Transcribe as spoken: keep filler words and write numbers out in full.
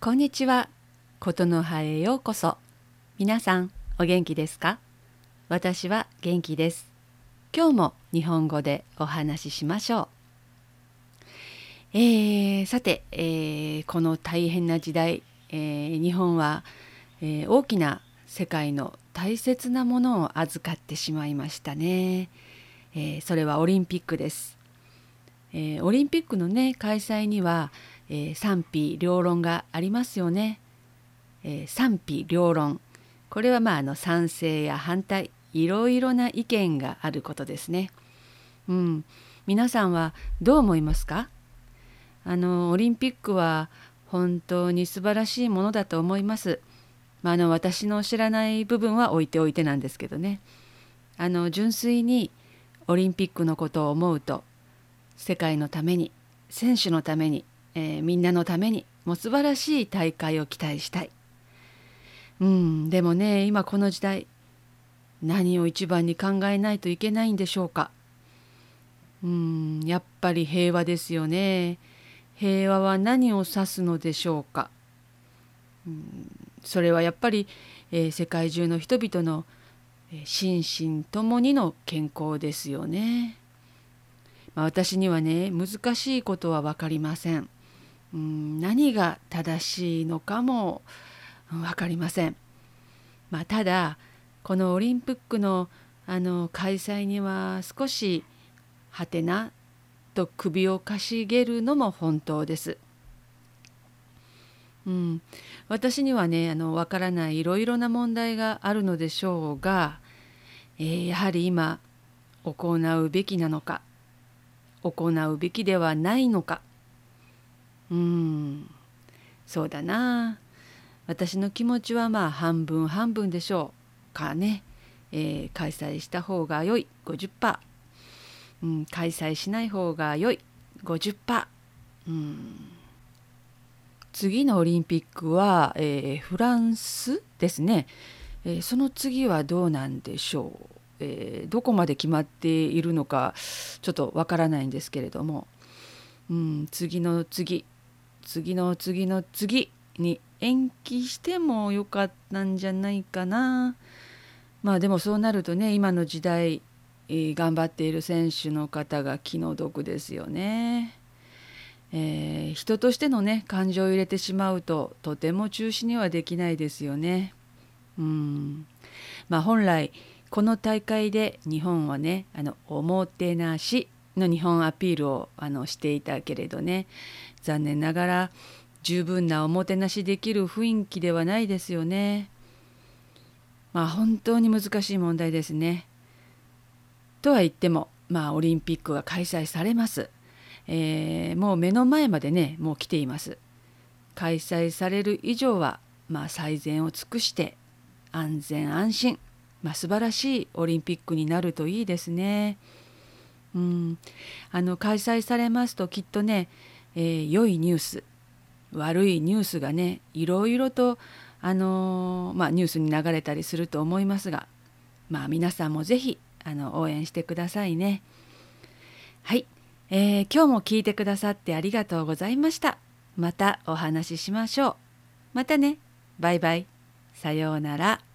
こんにちは。ことの葉へようこそ。皆さんお元気ですか？私は元気です。今日も日本語でお話ししましょう。えー、さて、えーこの大変な時代、えー日本は、えー大きな世界の大切なものを預かってしまいましたね。えーそれはオリンピックです。えーオリンピックのね開催には、えー賛否両論がありますよね。えー賛否両論、これはまああの賛成や反対、いろいろな意見があることですね。うん、皆さんはどう思いますか？あのオリンピックは本当に素晴らしいものだと思います。まあ、あの私の知らない部分は置いておいてなんですけどね。あの純粋にオリンピックのことを思うと、世界のために、選手のために、えーみんなのためにもう素晴らしい大会を期待したい。うん、でもね、今この時代、何を一番に考えないといけないんでしょうか。うん、やっぱり平和ですよね。平和は何を指すのでしょうか。それはやっぱり、えー世界中の人々のえー心身ともにの健康ですよね。まあ、私にはね、難しいことは分かりません。うん、何が正しいのかもうん分かりません。まあ、ただこのオリンピックのあの開催には少しはてなと首をかしげるのも本当です。うん、私にはねあのわからないいろいろな問題があるのでしょうが、えーやはり今行うべきなのか行うべきではないのか、うーんそうだな、私の気持ちはまあ半分半分でしょうかね。えー開催した方が良いごじゅっパーセント、うん、開催しない方が良い ごじゅっパーセント、うん、次のオリンピックは、えーフランスですね。えーその次はどうなんでしょう。えーどこまで決まっているのかちょっとわからないんですけれども、うん、次の次次の次の次に延期してもよかったんじゃないかな。まあでもそうなるとね、今の時代、えー頑張っている選手の方が気の毒ですよね。えー人としてのね感情を入れてしまうととても中止にはできないですよね。うん、まあ本来この大会で日本はねあのおもてなしの日本アピールをあのしていたけれどね、残念ながら十分なおもてなしできる雰囲気ではないですよね。まあ本当に難しい問題ですね。とは言ってもまあオリンピックが開催されます。えーもう目の前までねもう来ています。開催される以上はまあ最善を尽くして安全安心、まあ、素晴らしいオリンピックになるといいですね。うん、あの開催されますときっとね、えー良いニュース悪いニュースがねいろいろと、あのーまあ、ニュースに流れたりすると思いますが、まあ、皆さんもぜひあの応援してくださいね。はい、えー今日も聞いてくださってありがとうございました。またお話ししましょう。またね。バイバイ。さようなら。